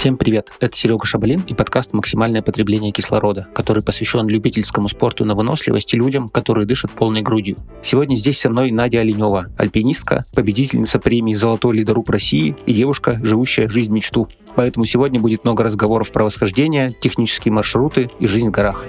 Всем привет! Это Серега Шабалин и подкаст «Максимальное потребление кислорода», который посвящен любительскому спорту на выносливость и людям, которые дышат полной грудью. Сегодня здесь со мной Надя Оленева, альпинистка, победительница премии «Золотой ледоруб России» и девушка, живущая жизнь-мечту. Поэтому сегодня будет много разговоров про восхождение, технические маршруты и жизнь в горах.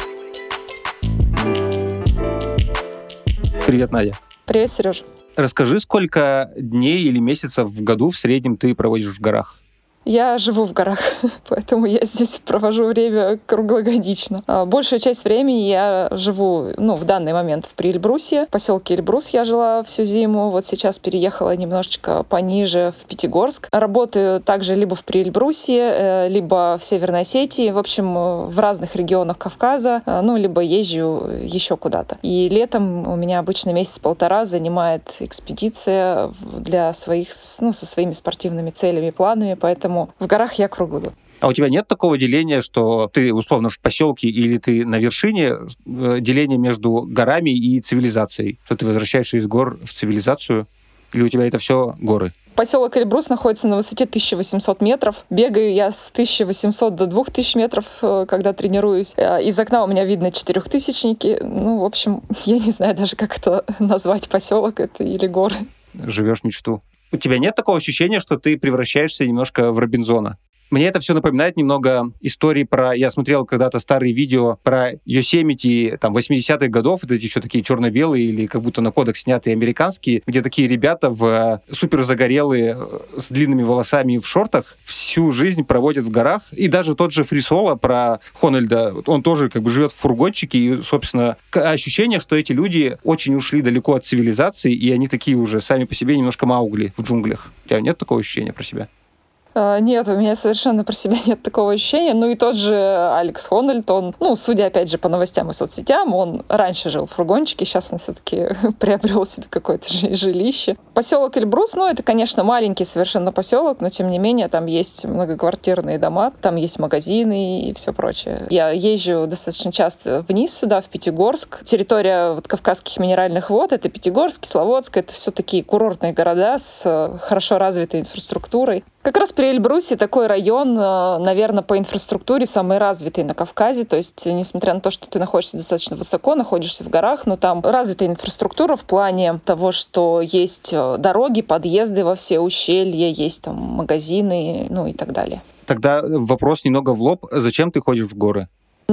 Привет, Надя. Привет, Сереж. Расскажи, сколько дней или месяцев в году в среднем ты проводишь в горах? Я живу в горах, поэтому я здесь провожу время круглогодично. Большую часть времени я живу, в данный момент в Приэльбрусье. В поселке Эльбрус я жила всю зиму. Вот сейчас переехала немножечко пониже в Пятигорск. Работаю также либо в Приэльбрусье, либо в Северной Осетии. В общем, в разных регионах Кавказа. Либо езжу еще куда-то. И летом у меня обычно месяц-полтора занимает экспедиция для своих, со своими спортивными целями и планами. Поэтому в горах я круглый год. А у тебя нет такого деления, что ты условно в поселке или ты на вершине, деления между горами и цивилизацией? Что ты возвращаешься из гор в цивилизацию? Или у тебя это все горы? Поселок Эльбрус находится на высоте 1800 метров. Бегаю я с 1800 до 2000 метров, когда тренируюсь. Из окна у меня видно четырехтысячники. В общем, я не знаю даже, как это назвать, поселок это или горы. Живешь мечту. У тебя нет такого ощущения, что ты превращаешься немножко в Робинзона? Мне это все напоминает немного истории про... Я смотрел когда-то старые видео про Йосемити, 80-х годов, это еще такие черно-белые или как будто на кодек снятые американские, где такие ребята в супер загорелые, с длинными волосами и в шортах всю жизнь проводят в горах. И даже тот же Фрисоло про Хонольда, он тоже живет в фургончике, и, собственно, ощущение, что эти люди очень ушли далеко от цивилизации, и они такие уже сами по себе немножко Маугли в джунглях. У тебя нет такого ощущения про себя? Нет, у меня совершенно про себя нет такого ощущения. И тот же Алекс Хонольд, он, судя опять же по новостям и соцсетям, он раньше жил в фургончике, сейчас он все-таки приобрел себе какое-то жилище. Поселок Эльбрус, это, конечно, маленький совершенно поселок, но тем не менее там есть многоквартирные дома, там есть магазины и все прочее. Я езжу достаточно часто вниз сюда, в Пятигорск. Территория Кавказских минеральных вод — это Пятигорск, Кисловодск, это все такие курортные города с хорошо развитой инфраструктурой. Как раз при Эльбрусе такой район, наверное, по инфраструктуре самый развитый на Кавказе. То есть, несмотря на то, что ты находишься достаточно высоко, находишься в горах, но там развитая инфраструктура в плане того, что есть дороги, подъезды во все ущелья, есть там магазины, и так далее. Тогда вопрос немного в лоб. Зачем ты ходишь в горы?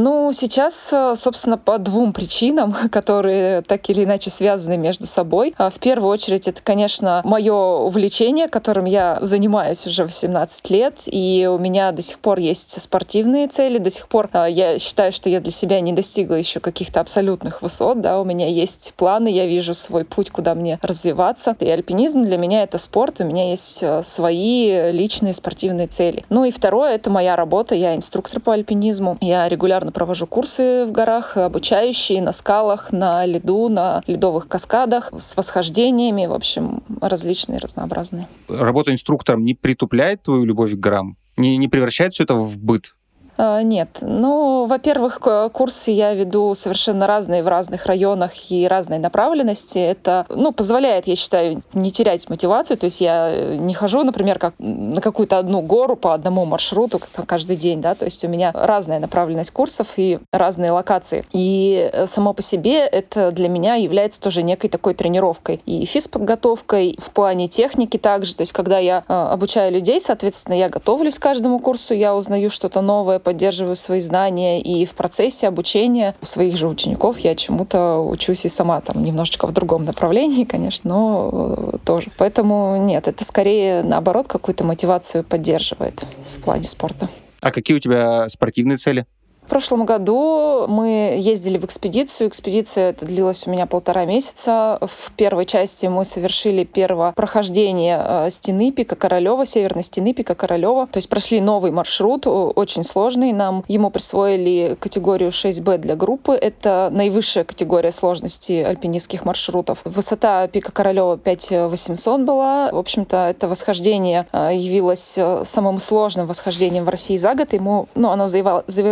Сейчас, собственно, по двум причинам, которые так или иначе связаны между собой. В первую очередь, это, конечно, мое увлечение, которым я занимаюсь уже 18 лет, и у меня до сих пор есть спортивные цели, до сих пор я считаю, что я для себя не достигла еще каких-то абсолютных высот, у меня есть планы, я вижу свой путь, куда мне развиваться. И альпинизм для меня — это спорт, у меня есть свои личные спортивные цели. И второе — это моя работа, я инструктор по альпинизму, я регулярно провожу курсы в горах, обучающие на скалах, на льду, на ледовых каскадах, с восхождениями, в общем, различные, разнообразные. Работа инструктором не притупляет твою любовь к горам? Не превращает все это в быт? Нет. Во-первых, курсы я веду совершенно разные в разных районах и разной направленности. Это, позволяет, я считаю, не терять мотивацию. То есть я не хожу, например, как на какую-то одну гору по одному маршруту каждый день, То есть у меня разная направленность курсов и разные локации. И само по себе это для меня является тоже некой такой тренировкой. И физподготовкой в плане техники также. То есть когда я обучаю людей, соответственно, я готовлюсь к каждому курсу, я узнаю что-то новое, поддерживаю свои знания, и в процессе обучения у своих же учеников я чему-то учусь и сама, немножечко в другом направлении, конечно, но тоже. Поэтому нет, это скорее наоборот какую-то мотивацию поддерживает в плане спорта. А какие у тебя спортивные цели? В прошлом году мы ездили в экспедицию. Экспедиция эта длилась у меня 1,5 месяца. В первой части мы совершили первое прохождение стены пика Королева, северной стены пика Королева. То есть прошли новый маршрут, очень сложный. Нам ему присвоили категорию 6Б для группы. Это наивысшая категория сложности альпинистских маршрутов. Высота пика Королева 5800 была. В общем-то, это восхождение явилось самым сложным восхождением в России за год. Оно завоевало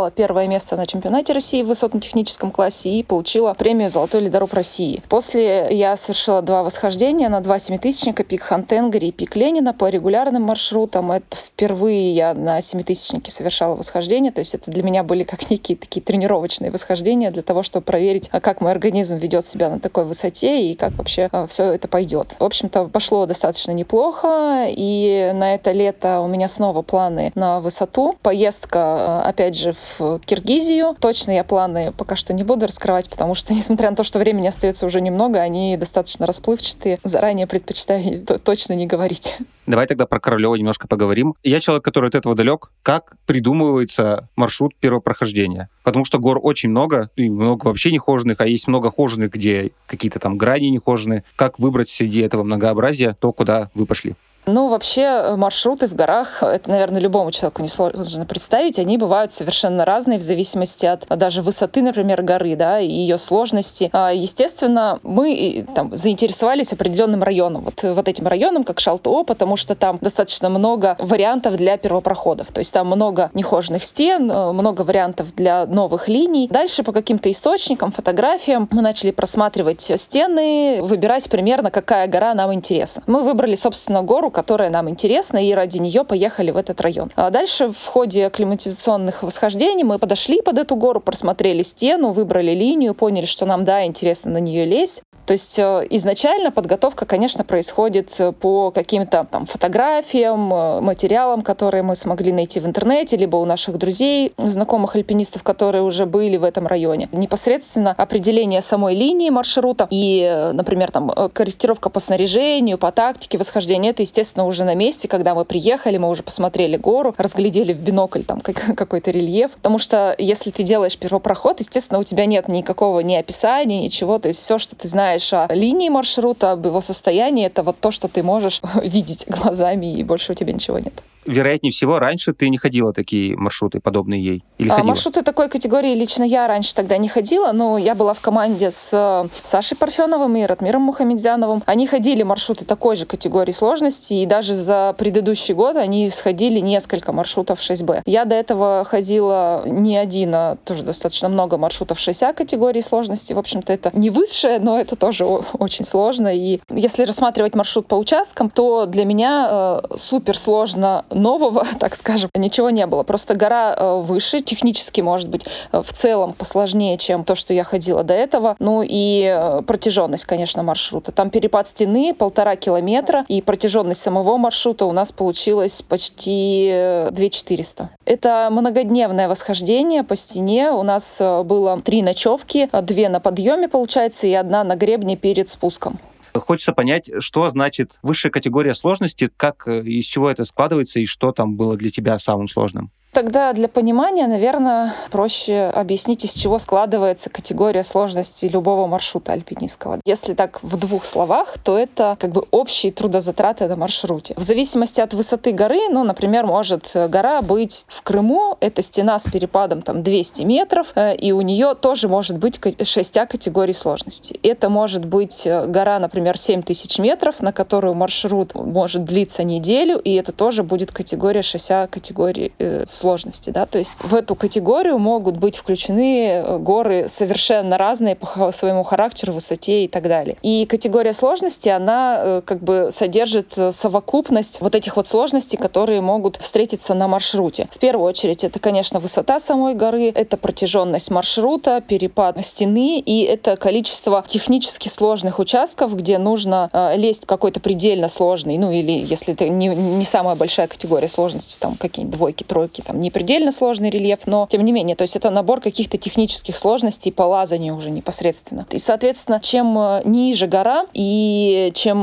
заняла первое место на чемпионате России в высотно-техническом классе и получила премию «Золотой ледоруб России». После я совершила 2 восхождения на 2 семитысячника, пик Хантенгри и пик Ленина по регулярным маршрутам. Это впервые я на семитысячнике совершала восхождение, то есть это для меня были как некие такие тренировочные восхождения для того, чтобы проверить, как мой организм ведет себя на такой высоте и как вообще все это пойдет. В общем-то, пошло достаточно неплохо, и на это лето у меня снова планы на высоту. Поездка, опять же, в Киргизию. Точно я планы пока что не буду раскрывать, потому что, несмотря на то, что времени остается уже немного, они достаточно расплывчатые. Заранее предпочитаю точно не говорить. Давай тогда про Королева немножко поговорим. Я человек, который от этого далек. Как придумывается маршрут первого прохождения? Потому что гор очень много, и много вообще нехоженных, а есть много хоженых, где какие-то там грани нехоженые. Как выбрать среди этого многообразия то, куда вы пошли? Ну, вообще, маршруты в горах, это, наверное, любому человеку несложно представить, они бывают совершенно разные в зависимости от даже высоты, например, горы, да, и ее сложности. Естественно, мы там заинтересовались определенным районом, вот этим районом, как Шалтоо, потому что там достаточно много вариантов для первопроходов, то есть там много нехоженных стен, много вариантов для новых линий. Дальше по каким-то источникам, фотографиям мы начали просматривать стены, выбирать примерно, какая гора нам интересна. Мы выбрали, собственно, гору, которая нам интересна, и ради нее поехали в этот район. А дальше в ходе акклиматизационных восхождений мы подошли под эту гору, просмотрели стену, выбрали линию, поняли, что нам, да, интересно на нее лезть. То есть изначально подготовка, конечно, происходит по каким-то там фотографиям, материалам, которые мы смогли найти в интернете, либо у наших друзей, знакомых альпинистов, которые уже были в этом районе. Непосредственно определение самой линии маршрута и, например, там корректировка по снаряжению, по тактике восхождения, это, естественно, уже на месте, когда мы приехали, мы уже посмотрели гору, разглядели в бинокль там какой-то рельеф. Потому что если ты делаешь первопроход, естественно, у тебя нет никакого ни описания, ничего. То есть все, что ты знаешь о линии маршрута, об его состоянии, это вот то, что ты можешь видеть глазами, и больше у тебя ничего нет. Вероятнее всего, раньше ты не ходила такие маршруты, подобные ей? Или ходила? Маршруты такой категории лично я раньше тогда не ходила, но я была в команде с Сашей Парфеновым и Ратмиром Мухамедзяновым. Они ходили маршруты такой же категории сложности, и даже за предыдущий год они сходили несколько маршрутов 6Б. Я до этого ходила не один, а тоже достаточно много маршрутов 6А категории сложности. В общем-то, это не высшее, но это тоже очень сложно. И если рассматривать маршрут по участкам, то для меня супер сложно нового, так скажем, ничего не было. Просто гора выше, технически, может быть, в целом посложнее, чем то, что я ходила до этого. Ну и протяженность, конечно, маршрута. Там перепад стены 1,5 километра, и протяженность самого маршрута у нас получилась почти 2400. Это многодневное восхождение по стене. У нас было 3 ночевки, 2 на подъеме, получается, и 1 на гребне перед спуском. Хочется понять, что значит высшая категория сложности, как, из чего это складывается и что там было для тебя самым сложным? Тогда для понимания, наверное, проще объяснить, из чего складывается категория сложности любого маршрута альпинистского. Если так в 2 словах, то это как бы общие трудозатраты на маршруте. В зависимости от высоты горы, ну, например, может гора быть в Крыму, это стена с перепадом там 200 метров, и у нее тоже может быть 6 категорий сложности. Это может быть гора, например, 7000 метров, на которую маршрут может длиться неделю, и это тоже будет категория 6 категорий сложности, да, то есть в эту категорию могут быть включены горы совершенно разные по своему характеру, высоте и так далее. И категория сложности, она как бы содержит совокупность вот этих вот сложностей, которые могут встретиться на маршруте. В первую очередь это, конечно, высота самой горы, это протяженность маршрута, перепад стены, и это количество технически сложных участков, где нужно лезть какой-то предельно сложный, ну или если это не самая большая категория сложности, там какие-нибудь 2, 3, там не предельно сложный рельеф, но тем не менее, то есть это набор каких-то технических сложностей по лазанию уже непосредственно. И, соответственно, чем ниже гора и чем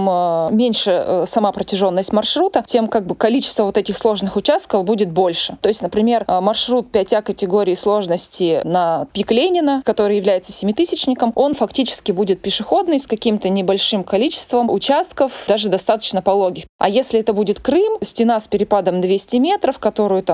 меньше сама протяженность маршрута, тем как бы количество вот этих сложных участков будет больше. То есть, например, маршрут 5А категории сложности на пик Ленина, который является семитысячником, он фактически будет пешеходный с каким-то небольшим количеством участков, даже достаточно пологих. А если это будет Крым, стена с перепадом 200 метров, которую там можно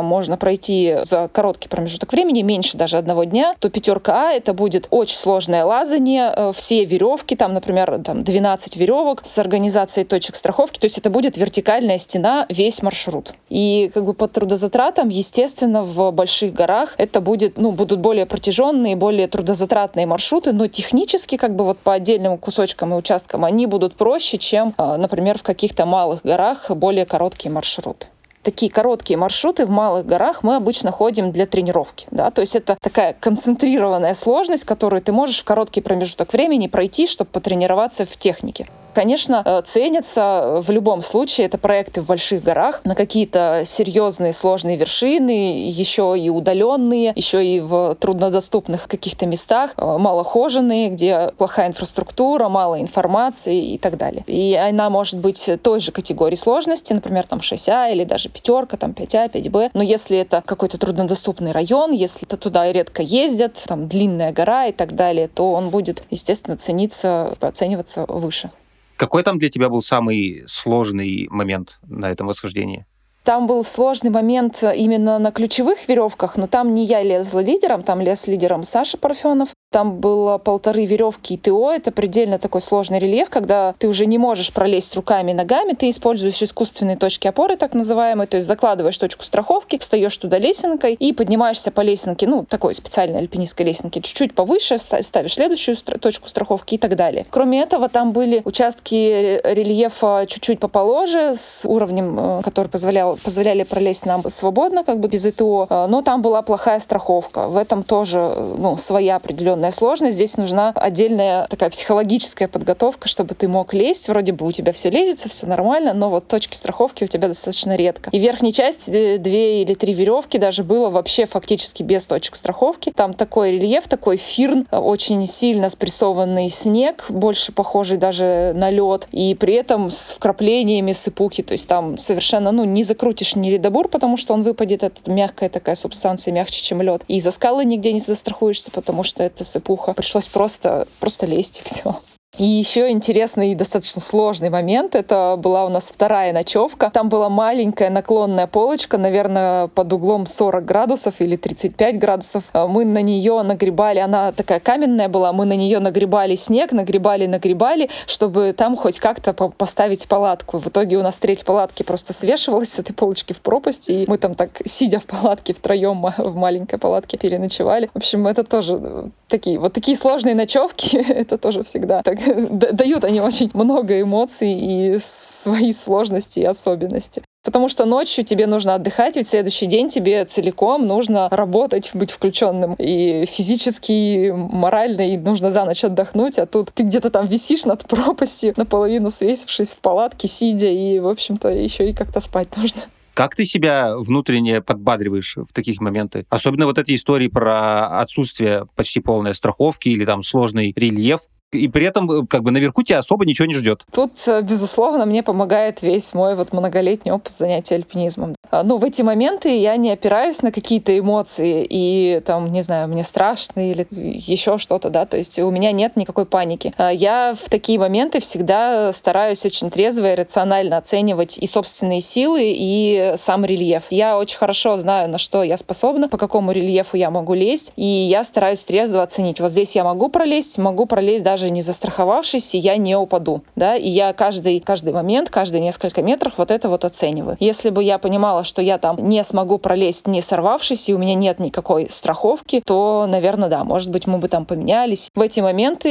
пройти за короткий промежуток времени, меньше даже 1 дня, то 5 А это будет очень сложное лазание, все веревки, там, например, 12 веревок с организацией точек страховки, то есть это будет вертикальная стена весь маршрут. И по трудозатратам, естественно, в больших горах это будут более протяженные, более трудозатратные маршруты, но технически по отдельным кусочкам и участкам они будут проще, чем, например, в каких-то малых горах более короткие маршруты. Такие короткие маршруты в малых горах мы обычно ходим для тренировки. Да? То есть это такая концентрированная сложность, которую ты можешь в короткий промежуток времени пройти, чтобы потренироваться в технике. Конечно, ценятся в любом случае это проекты в больших горах на какие-то серьезные сложные вершины, еще и удаленные, еще и в труднодоступных каких-то местах, малохоженные, где плохая инфраструктура, мало информации и так далее. И она может быть той же категории сложности, например, 6А или даже 5, 5А, 5Б. Но если это какой-то труднодоступный район, если туда редко ездят, длинная гора и так далее, то он будет, естественно, оцениваться выше. Какой там для тебя был самый сложный момент на этом восхождении? Там был сложный момент именно на ключевых веревках, но там не я лезла лидером, там лез лидером Саша Парфенов. Там было 1,5 веревки и ТО. Это предельно такой сложный рельеф, когда ты уже не можешь пролезть руками и ногами, ты используешь искусственные точки опоры, так называемые, то есть закладываешь точку страховки, встаешь туда лесенкой и поднимаешься по лесенке, такой специальной альпинистской лесенке, чуть-чуть повыше, ставишь следующую точку страховки и так далее. Кроме этого, там были участки рельефа чуть-чуть поположе, с уровнем, который позволяли пролезть нам свободно, без ИТО, но там была плохая страховка. В этом тоже своя определенная сложность. Здесь нужна отдельная такая психологическая подготовка, чтобы ты мог лезть. Вроде бы у тебя все лезется, все нормально, но точки страховки у тебя достаточно редко. И в верхней части 2 или 3 веревки даже было вообще фактически без точек страховки. Там такой рельеф, такой фирн, очень сильно спрессованный снег, больше похожий даже на лед, и при этом с вкраплениями сыпухи. То есть там совершенно не закрутишь ни ледобур, потому что он выпадет. Это мягкая такая субстанция, мягче, чем лед. И за скалы нигде не застрахуешься, потому что это сыпуха. Пришлось просто лезть, и все. И еще интересный и достаточно сложный момент. Это была у нас 2-я ночевка. Там была маленькая наклонная полочка, наверное, под углом 40 градусов или 35 градусов. Мы на нее нагребали, она такая каменная была, мы на нее нагребали снег, нагребали, чтобы там хоть как-то поставить палатку. В итоге у нас треть палатки просто свешивалась с этой полочки в пропасть, и мы там так, сидя в палатке втроем в маленькой палатке, переночевали. В общем, это тоже такие сложные ночевки, это тоже всегда так дают они очень много эмоций и свои сложности и особенности. Потому что ночью тебе нужно отдыхать, ведь в следующий день тебе целиком нужно работать, быть включенным и физически, и морально, и нужно за ночь отдохнуть, а тут ты где-то там висишь над пропастью, наполовину свесившись в палатке, сидя, и, в общем-то, еще и как-то спать нужно. Как ты себя внутренне подбадриваешь в таких моментах? Особенно эти истории про отсутствие почти полной страховки или сложный рельеф. И при этом наверху тебя особо ничего не ждет. Тут, безусловно, мне помогает весь мой многолетний опыт занятия альпинизмом. Но в эти моменты я не опираюсь на какие-то эмоции и, не знаю, мне страшно или еще что-то, да, то есть у меня нет никакой паники. Я в такие моменты всегда стараюсь очень трезво и рационально оценивать и собственные силы, и сам рельеф. Я очень хорошо знаю, на что я способна, по какому рельефу я могу лезть, и я стараюсь трезво оценить. Вот здесь я могу пролезть даже не застраховавшись, и я не упаду, да, и я каждый момент, каждые несколько метров это оцениваю. Если бы я понимала, что я там не смогу пролезть, не сорвавшись, и у меня нет никакой страховки, то, наверное, да, может быть, мы бы там поменялись. В эти моменты,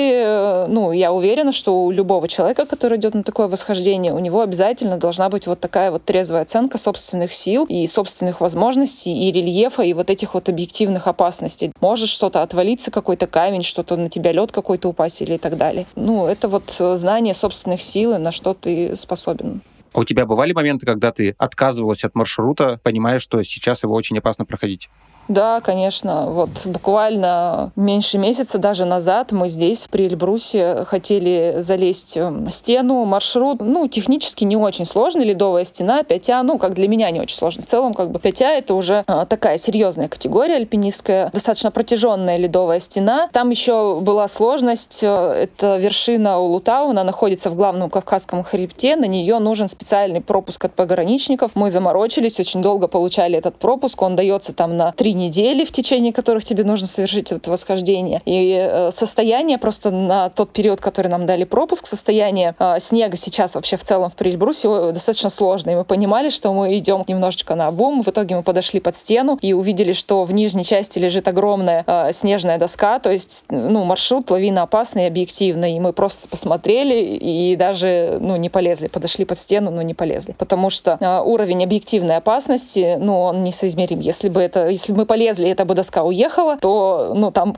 я уверена, что у любого человека, который идет на такое восхождение, у него обязательно должна быть такая трезвая оценка собственных сил и собственных возможностей, и рельефа, и этих объективных опасностей. Может что-то отвалиться, какой-то камень, что-то на тебя лед какой-то упасть или и так далее. Это знание собственных сил и на что ты способен. А у тебя бывали моменты, когда ты отказывалась от маршрута, понимая, что сейчас его очень опасно проходить? Да, конечно. Вот буквально меньше месяца даже назад мы здесь, в При-Эльбрусе, хотели залезть в стену, маршрут. Технически не очень сложный, ледовая стена, 5А, как для меня не очень сложно. В целом, 5А — это уже такая серьезная категория альпинистская, достаточно протяженная ледовая стена. Там еще была сложность, это вершина Улутау, она находится в главном Кавказском хребте, на нее нужен специальный пропуск от пограничников. Мы заморочились, очень долго получали этот пропуск, он дается там на 3 недели, в течение которых тебе нужно совершить это восхождение. И состояние просто на тот период, который нам дали пропуск, состояние снега сейчас вообще в целом в При-Эльбрусе достаточно сложное. И мы понимали, что мы идем немножечко наобум. В итоге мы подошли под стену и увидели, что в нижней части лежит огромная снежная доска, то есть маршрут лавиноопасный объективно. И мы просто посмотрели и даже не полезли. Подошли под стену, но не полезли. Потому что уровень объективной опасности, он несоизмерим. Если бы мы полезли, и эта бы доска уехала, то, там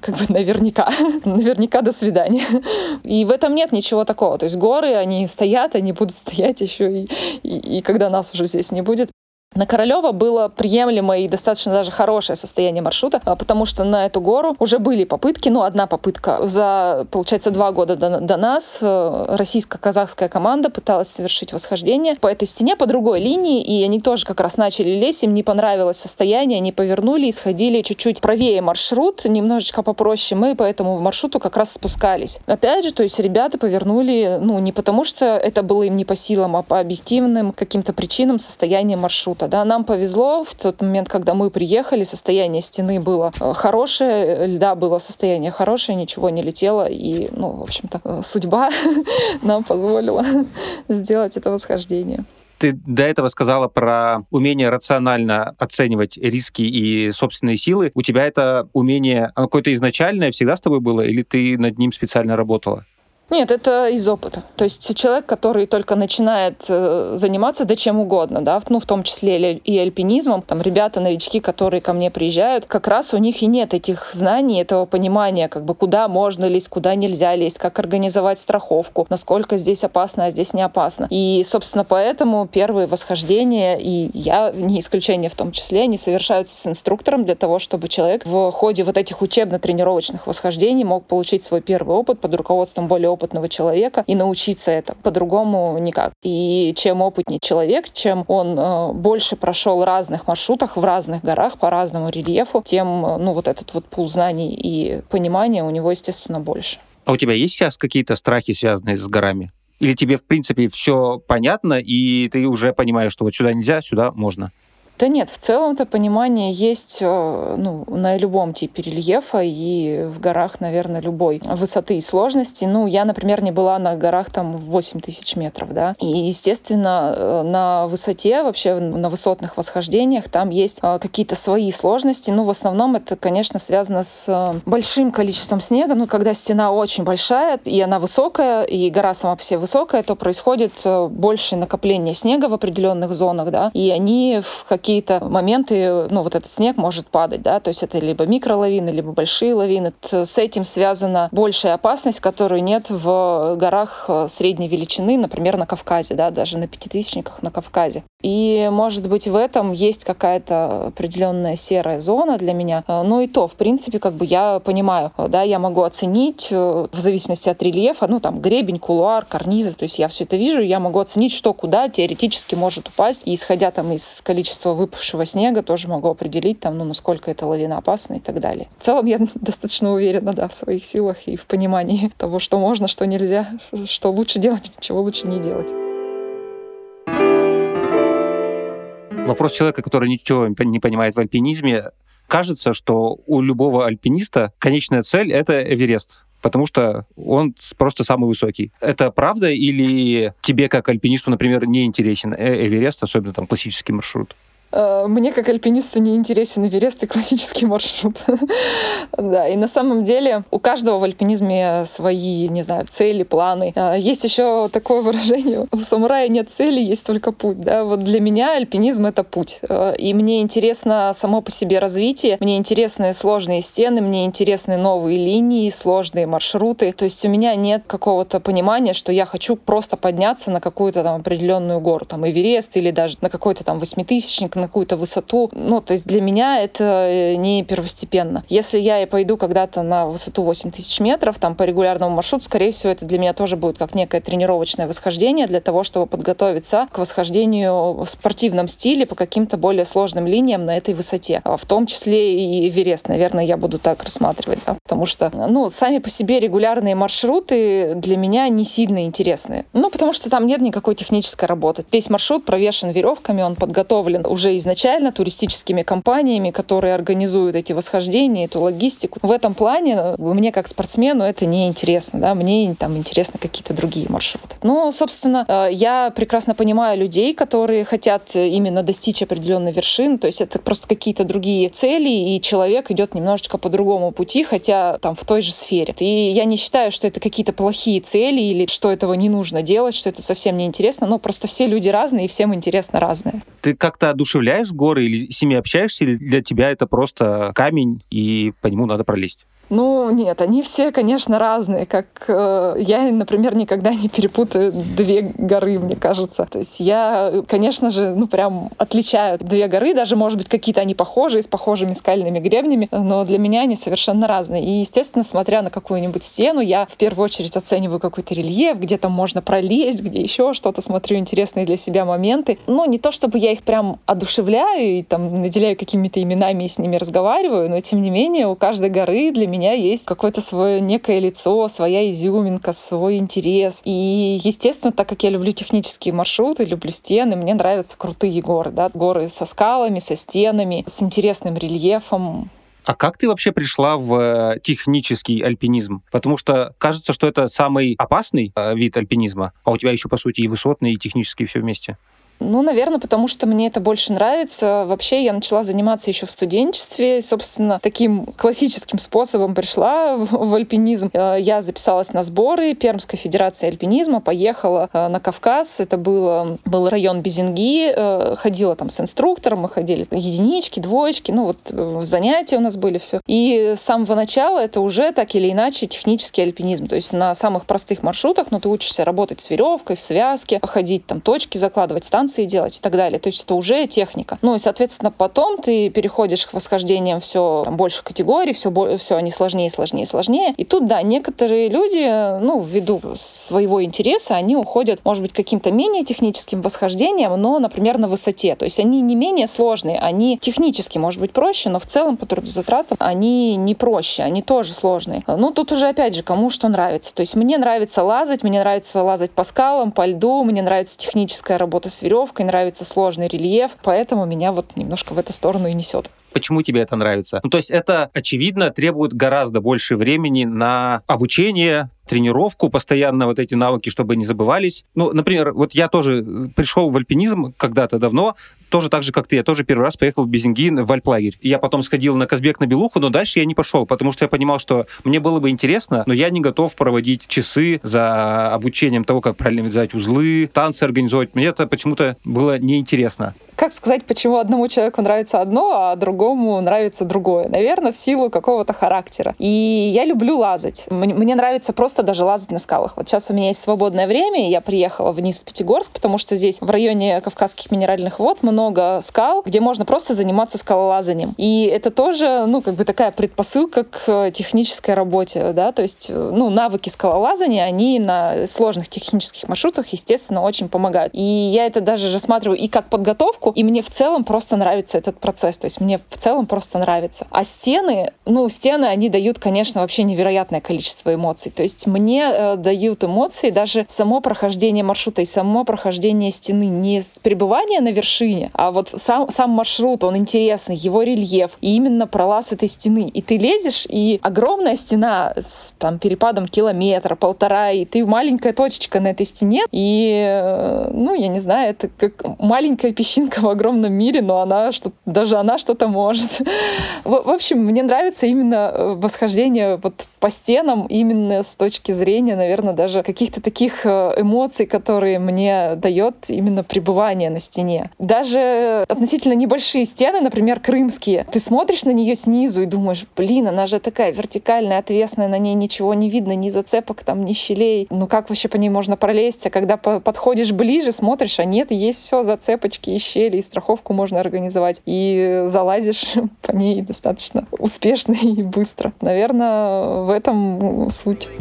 наверняка до свидания. И в этом нет ничего такого. То есть горы, они стоят, они будут стоять еще и когда нас уже здесь не будет. На Королева было приемлемое и достаточно даже хорошее состояние маршрута, потому что на эту гору уже были попытки, одна попытка. За, получается, 2 года до нас российско-казахская команда пыталась совершить восхождение по этой стене, по другой линии, и они тоже как раз начали лезть, им не понравилось состояние, они повернули и сходили чуть-чуть правее маршрут, немножечко попроще, мы по этому маршруту как раз спускались. Опять же, то есть ребята повернули, не потому что это было им не по силам, а по объективным каким-то причинам состояния маршрута. Да, нам повезло в тот момент, когда мы приехали, состояние стены было хорошее, льда было состояние хорошее, ничего не летело, и, в общем-то, судьба нам позволила сделать это восхождение. Ты до этого сказала про умение рационально оценивать риски и собственные силы. У тебя это умение, оно какое-то изначальное, всегда с тобой было, или ты над ним специально работала? Нет, это из опыта. То есть человек, который только начинает заниматься чем угодно, да, в том числе и альпинизмом, там ребята, новички, которые ко мне приезжают, как раз у них и нет этих знаний, этого понимания, куда можно лезть, куда нельзя лезть, как организовать страховку, насколько здесь опасно, а здесь не опасно. И, собственно, поэтому первые восхождения, и я не исключение в том числе, они совершаются с инструктором для того, чтобы человек в ходе этих учебно-тренировочных восхождений мог получить свой первый опыт под руководством более опытного человека и научиться это. По-другому никак. И чем опытнее человек, чем он больше прошел разных маршрутах в разных горах по разному рельефу, тем этот пул знаний и понимания у него, естественно, больше. А у тебя есть сейчас какие-то страхи, связанные с горами? Или тебе, в принципе, все понятно, и ты уже понимаешь, что сюда нельзя, сюда можно? Да нет, в целом-то понимание есть на любом типе рельефа и в горах, наверное, любой высоты и сложности. Я, например, не была на горах там 8000 метров, да. И, естественно, на высоте, вообще на высотных восхождениях там есть какие-то свои сложности. В основном это, конечно, связано с большим количеством снега. Когда стена очень большая, и она высокая, и гора сама по себе высокая, то происходит большее накопление снега в определенных зонах, да, и они в какие-то моменты, этот снег может падать, да, то есть это либо микролавины, либо большие лавины. С этим связана большая опасность, которой нет в горах средней величины, например, на Кавказе, да, даже на пятитысячниках на Кавказе. И, может быть, в этом есть какая-то определенная серая зона для меня. И то, в принципе, я понимаю, да, я могу оценить в зависимости от рельефа, гребень, кулуар, карнизы, то есть я все это вижу, я могу оценить, что куда теоретически может упасть, и исходя из количества выпавшего снега тоже могу определить, насколько это лавиноопасно и так далее. В целом я достаточно уверена, да, в своих силах и в понимании того, что можно, что нельзя, что лучше делать, чего лучше не делать. Вопрос человека, который ничего не понимает в альпинизме. Кажется, что у любого альпиниста конечная цель — это Эверест, потому что он просто самый высокий. Это правда или тебе, как альпинисту, например, не интересен Эверест, особенно классический маршрут? Мне, как альпинисту, не интересен Эверест и классический маршрут. Да, и на самом деле у каждого в альпинизме свои, цели, планы. Есть еще такое выражение: у самурая нет цели, есть только путь. Да? Для меня альпинизм — это путь. И мне интересно само по себе развитие, мне интересны сложные стены, мне интересны новые линии, сложные маршруты. То есть у меня нет какого-то понимания, что я хочу просто подняться на какую-то определенную гору, Эверест или даже на какой-то 8000-ник, на какую-то высоту. Ну, то есть для меня это не первостепенно. Если я и пойду когда-то на высоту 8000 метров, там, по регулярному маршруту, скорее всего, это для меня тоже будет как некое тренировочное восхождение для того, чтобы подготовиться к восхождению в спортивном стиле по каким-то более сложным линиям на этой высоте. В том числе и Эверест, наверное, я буду так рассматривать, да? Потому что, сами по себе регулярные маршруты для меня не сильно интересны. Потому что там нет никакой технической работы. Весь маршрут провешен веревками, он подготовлен уже изначально туристическими компаниями, которые организуют эти восхождения, эту логистику. В этом плане мне как спортсмену это не интересно, да? Мне там интересны какие-то другие маршруты. Собственно, я прекрасно понимаю людей, которые хотят именно достичь определенной вершины, то есть это просто какие-то другие цели, и человек идет немножечко по другому пути, хотя там в той же сфере. И я не считаю, что это какие-то плохие цели или что этого не нужно делать, что это совсем не интересно, но просто все люди разные, и всем интересно разное. Ты как-то одушевляешь горы или с ними общаешься, или для тебя это просто камень, и по нему надо пролезть? Нет, они все, конечно, разные. Как я, например, никогда не перепутаю две горы, мне кажется. То есть я, конечно же, прям отличаю две горы, даже, может быть, какие-то они похожие, с похожими скальными гребнями, но для меня они совершенно разные. И, естественно, смотря на какую-нибудь стену, я в первую очередь оцениваю какой-то рельеф, где там можно пролезть, где еще что-то, смотрю интересные для себя моменты. Не то чтобы я их прям одушевляю и там наделяю какими-то именами и с ними разговариваю, но, тем не менее, у каждой горы для меня есть какое-то свое некое лицо, своя изюминка, свой интерес. И, естественно, так как я люблю технические маршруты, люблю стены, мне нравятся крутые горы, да, горы со скалами, со стенами, с интересным рельефом. А как ты вообще пришла в технический альпинизм? Потому что кажется, что это самый опасный вид альпинизма, а у тебя еще, по сути, и высотный, и технический все вместе. Наверное, потому что мне это больше нравится. Вообще, я начала заниматься еще в студенчестве. Собственно, таким классическим способом пришла в альпинизм. Я записалась на сборы Пермской федерации альпинизма, поехала на Кавказ. Это был район Безинги. Ходила там с инструктором, мы ходили единички, двоечки. Занятия у нас были, все. И с самого начала это уже так или иначе технический альпинизм. То есть на самых простых маршрутах, ты учишься работать с веревкой, в связке, ходить там точки закладывать, станции делать и так далее. То есть это уже техника. И, соответственно, потом ты переходишь к восхождениям все больше категорий, все они сложнее, сложнее, сложнее. И тут, да, некоторые люди, ввиду своего интереса, они уходят, может быть, к каким-то менее техническим восхождениям, но, например, на высоте. То есть они не менее сложные, они технически, может быть, проще, но в целом по трудозатратам они не проще, они тоже сложные. Тут уже, опять же, кому что нравится. То есть мне нравится лазать по скалам, по льду, мне нравится техническая работа с веревкой, нравится сложный рельеф, поэтому меня немножко в эту сторону и несет. Почему тебе это нравится? То есть это, очевидно, требует гораздо больше времени на обучение, тренировку, постоянно эти навыки, чтобы не забывались. Например, я тоже пришел в альпинизм когда-то давно, тоже так же, как ты. Я тоже первый раз поехал в Безинги в альплагерь. Я потом сходил на Казбек на Белуху, но дальше я не пошел, потому что я понимал, что мне было бы интересно, но я не готов проводить часы за обучением того, как правильно вязать узлы, танцы организовать. Мне это почему-то было неинтересно. Как сказать, почему одному человеку нравится одно, а другому нравится другое? Наверное, в силу какого-то характера. И я люблю лазать. Мне нравится просто даже лазать на скалах. Сейчас у меня есть свободное время, и я приехала вниз в Пятигорск, потому что здесь в районе Кавказских минеральных вод много скал, где можно просто заниматься скалолазанием. И это тоже, такая предпосылка к технической работе, да, то есть, навыки скалолазания, они на сложных технических маршрутах, естественно, очень помогают. И я это даже рассматриваю и как подготовку, и мне в целом просто нравится этот процесс, то есть мне в целом просто нравится. А стены, они дают, конечно, вообще невероятное количество эмоций, то есть мне дают эмоции даже само прохождение маршрута и само прохождение стены, не пребывание на вершине, а сам маршрут, он интересный, его рельеф, и именно пролаз этой стены. И ты лезешь, и огромная стена с перепадом километра, полтора, и ты маленькая точечка на этой стене, и, я не знаю, это как маленькая песчинка в огромном мире, но даже она что-то может. В общем, мне нравится именно восхождение по стенам именно с точки зрения, наверное, даже каких-то таких эмоций, которые мне дает именно пребывание на стене. Даже относительно небольшие стены, например, крымские, ты смотришь на нее снизу и думаешь, она же такая вертикальная, отвесная, на ней ничего не видно, ни зацепок, ни щелей. Как вообще по ней можно пролезть? А когда подходишь ближе, смотришь, а нет, есть все, зацепочки и щели. неделе, и страховку можно организовать, и залазишь по ней достаточно успешно и быстро. Наверное, в этом суть.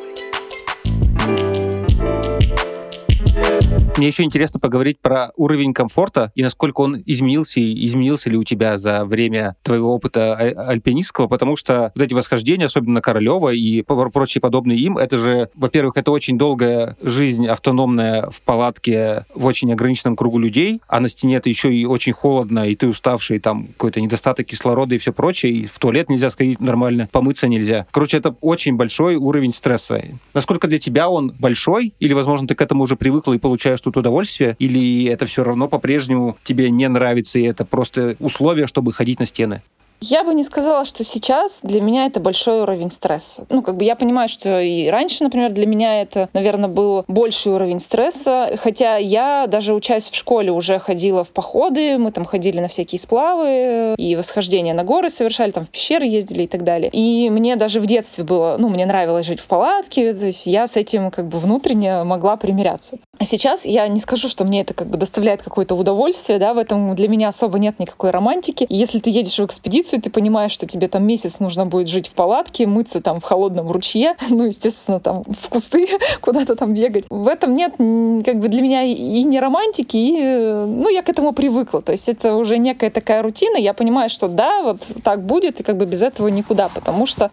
Мне еще интересно поговорить про уровень комфорта и насколько он изменился, и изменился ли у тебя за время твоего опыта альпинистского, потому что вот эти восхождения, особенно Королева и прочие подобные им, это же, во-первых, это очень долгая жизнь автономная в палатке в очень ограниченном кругу людей, а на стене это еще и очень холодно, и ты уставший, там какой-то недостаток кислорода и все прочее, и в туалет нельзя сходить нормально, помыться нельзя. Короче, это очень большой уровень стресса. Насколько для тебя он большой, или, возможно, ты к этому уже привыкла и получаешь тут удовольствие, или это все равно по-прежнему тебе не нравится, и это просто условия, чтобы ходить на стены? Я бы не сказала, что сейчас для меня это большой уровень стресса. Я понимаю, что и раньше, например, для меня это, наверное, был больший уровень стресса, хотя я, даже учась в школе, уже ходила в походы, мы там ходили на всякие сплавы, и восхождения на горы совершали, там в пещеры ездили и так далее. И мне даже в детстве было, мне нравилось жить в палатке, то есть я с этим внутренне могла примиряться. А сейчас я не скажу, что мне это доставляет какое-то удовольствие, да, в этом для меня особо нет никакой романтики. И если ты едешь в экспедицию, ты понимаешь, что тебе там месяц нужно будет жить в палатке, мыться там в холодном ручье, естественно, там в кусты куда-то там бегать. В этом нет для меня и не романтики, и я к этому привыкла. То есть это уже некая такая рутина. Я понимаю, что да, вот так будет, и без этого никуда, потому что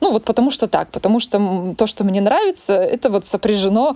то, что мне нравится, это сопряжено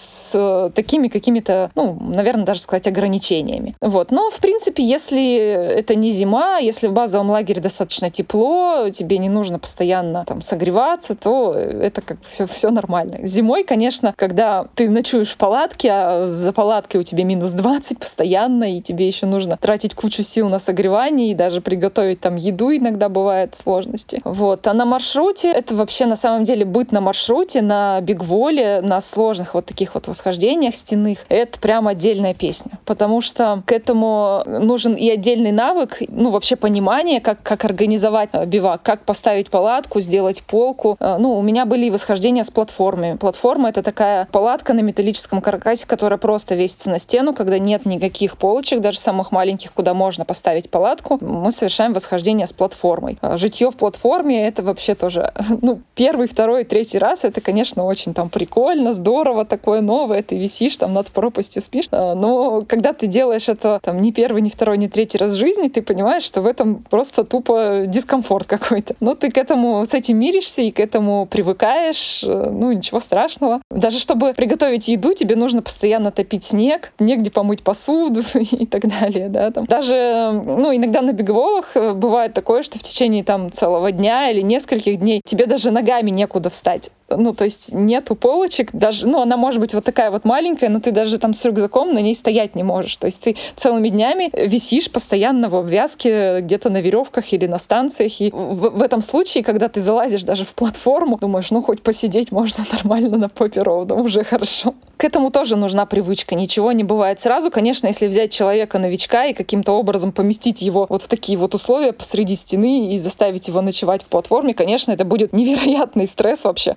с такими какими-то, наверное, даже сказать, ограничениями. Но, в принципе, если это не зима, если в базовом лагере достаточно тепло, тебе не нужно постоянно там согреваться, то это все нормально. Зимой, конечно, когда ты ночуешь в палатке, а за палаткой у тебя минус 20 постоянно, и тебе еще нужно тратить кучу сил на согревание, и даже приготовить там еду иногда бывают сложности. А на маршруте, это вообще на самом деле быт на маршруте, на бигволе, на сложных таких восхождениях стенных, это прям отдельная песня. Потому что к этому нужен и отдельный навык, вообще понимание, как организовать бивак, как поставить палатку, сделать полку. У меня были и восхождения с платформами. Платформа — это такая палатка на металлическом каркасе, которая просто весится на стену, когда нет никаких полочек, даже самых маленьких, куда можно поставить палатку. Мы совершаем восхождение с платформой. Житье в платформе — это вообще тоже, первый, второй, третий раз. Это, конечно, очень там прикольно, здорово, такое новое. Ты висишь там над пропастью, спишь. Но когда ты делаешь это там не первый, не второй, не третий раз в жизни, ты понимаешь, что в этом просто тупо дискомфорт какой-то. Ты к этому с этим миришься и к этому привыкаешь. Ничего страшного. Даже чтобы приготовить еду, тебе нужно постоянно топить снег, негде помыть посуду и так далее. Да, там. Даже иногда на бигволах бывает такое, что в течение там целого дня или нескольких дней тебе даже ногами некуда встать. То есть нету полочек, даже, она может быть такая маленькая, но ты даже там с рюкзаком на ней стоять не можешь. То есть ты целыми днями висишь постоянно в обвязке где-то на веревках или на станциях. И в этом случае, когда ты залазишь даже в платформу, думаешь, хоть посидеть можно нормально на попе ровно, уже хорошо. К этому тоже нужна привычка. Ничего не бывает сразу. Конечно, если взять человека-новичка и каким-то образом поместить его в такие условия посреди стены и заставить его ночевать в платформе, конечно, это будет невероятный стресс вообще.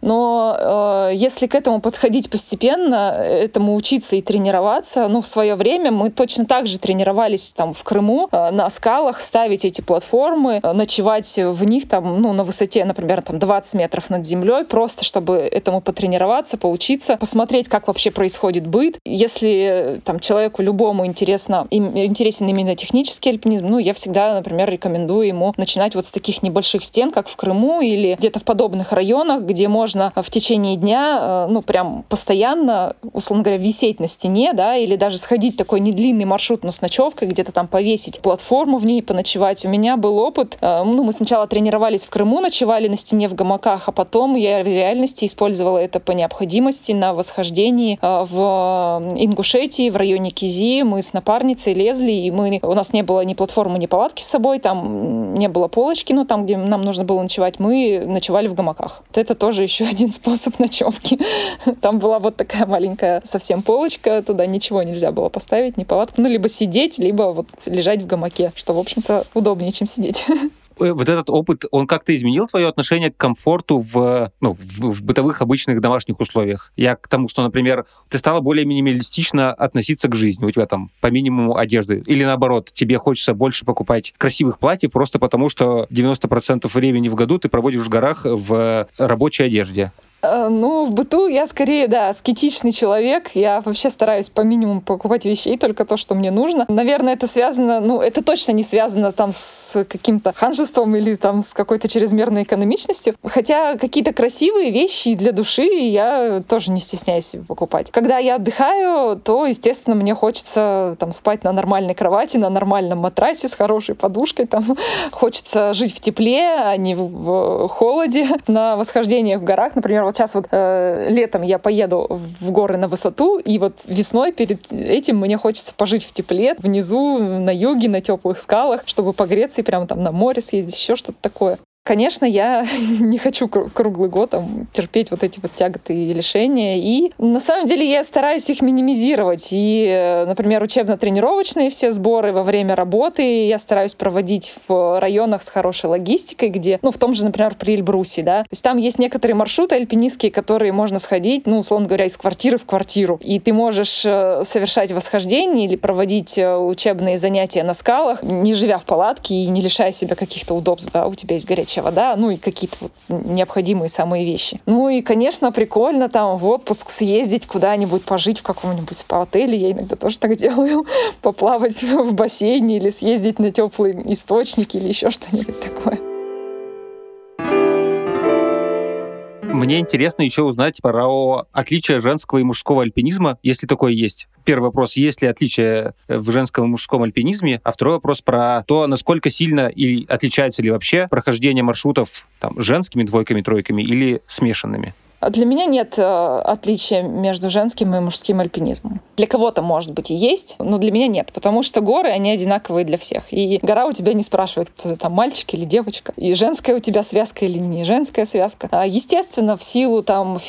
Но если к этому подходить постепенно, этому учиться и тренироваться, в свое время мы точно так же тренировались там в Крыму, на скалах ставить эти платформы, ночевать в них там, на высоте, например, там 20 метров над землей, просто чтобы этому потренироваться, посмотреть, как вообще происходит быт. Если там человеку любому интересен именно технический альпинизм, я всегда, например, рекомендую ему начинать с таких небольших стен, как в Крыму или где-то в подобных районах, где можно в течение дня, прям постоянно, условно говоря, висеть на стене, да, или даже сходить такой недлинный маршрут, но с ночевкой, где-то там повесить платформу в ней, поночевать. У меня был опыт. Мы сначала тренировались в Крыму, ночевали на стене в гамаках, а потом я в реальности использовала это по необходимости на восхождении в Ингушетии, в районе Кизи. Мы с напарницей лезли, и у нас не было ни платформы, ни палатки с собой, там не было полочки, там, где нам нужно было ночевать, мы ночевали в гамаках. Это тоже еще один способ ночевки. Там была такая маленькая совсем полочка, туда ничего нельзя было поставить, ни палатку, либо сидеть, либо лежать в гамаке, что, в общем-то, удобнее, чем сидеть. Вот этот опыт, он как-то изменил твое отношение к комфорту в бытовых обычных домашних условиях? Я к тому, что, например, ты стала более минималистично относиться к жизни, у тебя там по минимуму одежды, или наоборот, тебе хочется больше покупать красивых платьев просто потому, что 90% времени в году ты проводишь в горах в рабочей одежде. Ну, в быту я скорее, да, аскетичный человек. Я вообще стараюсь по минимуму покупать вещей, только то, что мне нужно. Наверное, это связано, это точно не связано там с каким-то ханжеством или там с какой-то чрезмерной экономичностью. Хотя какие-то красивые вещи для души я тоже не стесняюсь себе покупать. Когда я отдыхаю, то, естественно, мне хочется там спать на нормальной кровати, на нормальном матрасе с хорошей подушкой. Там хочется жить в тепле, а не в холоде. На восхождениях в горах, например, сейчас летом я поеду в горы на высоту, и вот весной перед этим мне хочется пожить в тепле, внизу, на юге, на теплых скалах, чтобы погреться и прямо там на море съездить, еще что-то такое. Конечно, я не хочу круглый год терпеть вот эти вот тяготы и лишения. И на самом деле я стараюсь их минимизировать. И, например, учебно-тренировочные все сборы во время работы я стараюсь проводить в районах с хорошей логистикой, где, в том же, например, при Эльбрусе, да. То есть там есть некоторые маршруты альпинистские, которые можно сходить, условно говоря, из квартиры в квартиру. И ты можешь совершать восхождение или проводить учебные занятия на скалах, не живя в палатке и не лишая себя каких-то удобств, да, у тебя есть горячая вода, и какие-то необходимые самые вещи. И, конечно, прикольно там в отпуск съездить куда-нибудь, пожить в каком-нибудь спа-отеле, я иногда тоже так делаю, поплавать в бассейне или съездить на теплые источники или еще что-нибудь такое. Мне интересно еще узнать про отличие женского и мужского альпинизма, если такое есть. Первый вопрос, есть ли отличие в женском и мужском альпинизме, а второй вопрос про то, насколько сильно или отличается ли вообще прохождение маршрутов женскими двойками, тройками или смешанными. Для меня нет отличия между женским и мужским альпинизмом. Для кого-то, может быть, и есть, но для меня нет, потому что горы, они одинаковые для всех. И гора у тебя не спрашивает, кто ты там, мальчик или девочка, и женская у тебя связка или не женская связка. Естественно, в силу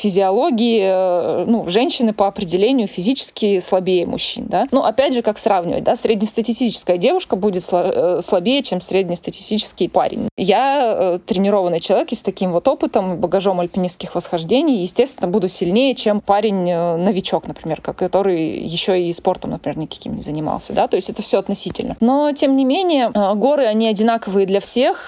физиологии, женщины по определению физически слабее мужчин, да. Опять же, как сравнивать, да, среднестатистическая девушка будет слабее, чем среднестатистический парень. Я тренированный человек и с таким вот опытом и багажом альпинистских восхождений, естественно, буду сильнее, чем парень-новичок, например, который еще и спортом, например, никаким не занимался, да, то есть это все относительно. Но, тем не менее, горы, они одинаковые для всех,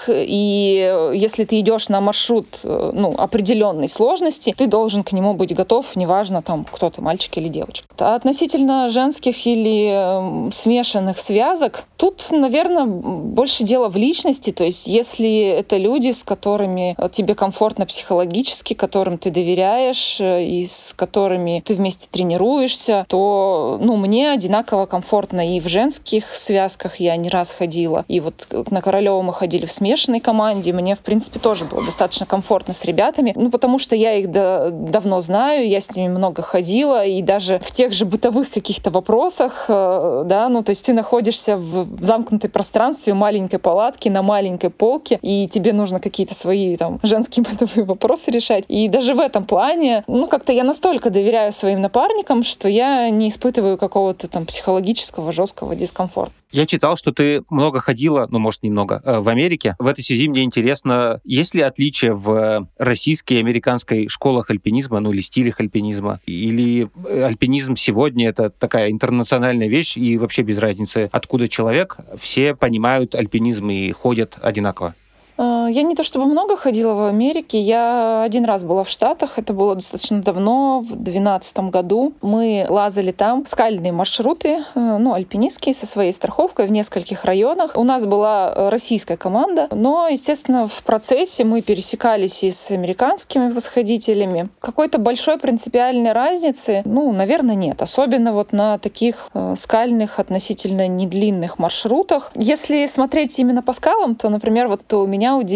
и если ты идешь на маршрут, определенной сложности, ты должен к нему быть готов, неважно, кто ты, мальчик или девочка. А относительно женских или смешанных связок, тут, наверное, больше дело в личности, то есть если это люди, с которыми тебе комфортно психологически, которым ты доверяешь и с которыми ты вместе тренируешься, то, мне одинаково комфортно и в женских связках я не раз ходила. И вот на Королёва мы ходили в смешанной команде. Мне, в принципе, тоже было достаточно комфортно с ребятами. Потому что я их давно знаю, я с ними много ходила. И даже в тех же бытовых каких-то вопросах, да, то есть ты находишься в замкнутой пространстве, маленькой палатке, на маленькой полке, и тебе нужно какие-то свои женские бытовые вопросы решать. И даже в этом плане, как-то я настолько доверяю своим напарникам, что я не испытываю какого-то психологического жесткого дискомфорта. Я читал, что ты много ходила, может, немного, в Америке. В этой связи мне интересно, есть ли отличия в российской и американской школах альпинизма, или стилях альпинизма? Или альпинизм сегодня — это такая интернациональная вещь, и вообще без разницы, откуда человек, все понимают альпинизм и ходят одинаково? Я не то чтобы много ходила в Америке, я один раз была в Штатах, это было достаточно давно, в 2012 году. Мы лазали там, скальные маршруты, альпинистские, со своей страховкой в нескольких районах. У нас была российская команда, но, естественно, в процессе мы пересекались и с американскими восходителями. Какой-то большой принципиальной разницы, наверное, нет. Особенно на таких скальных, относительно недлинных маршрутах. Если смотреть именно по скалам, то, например, у меня удивило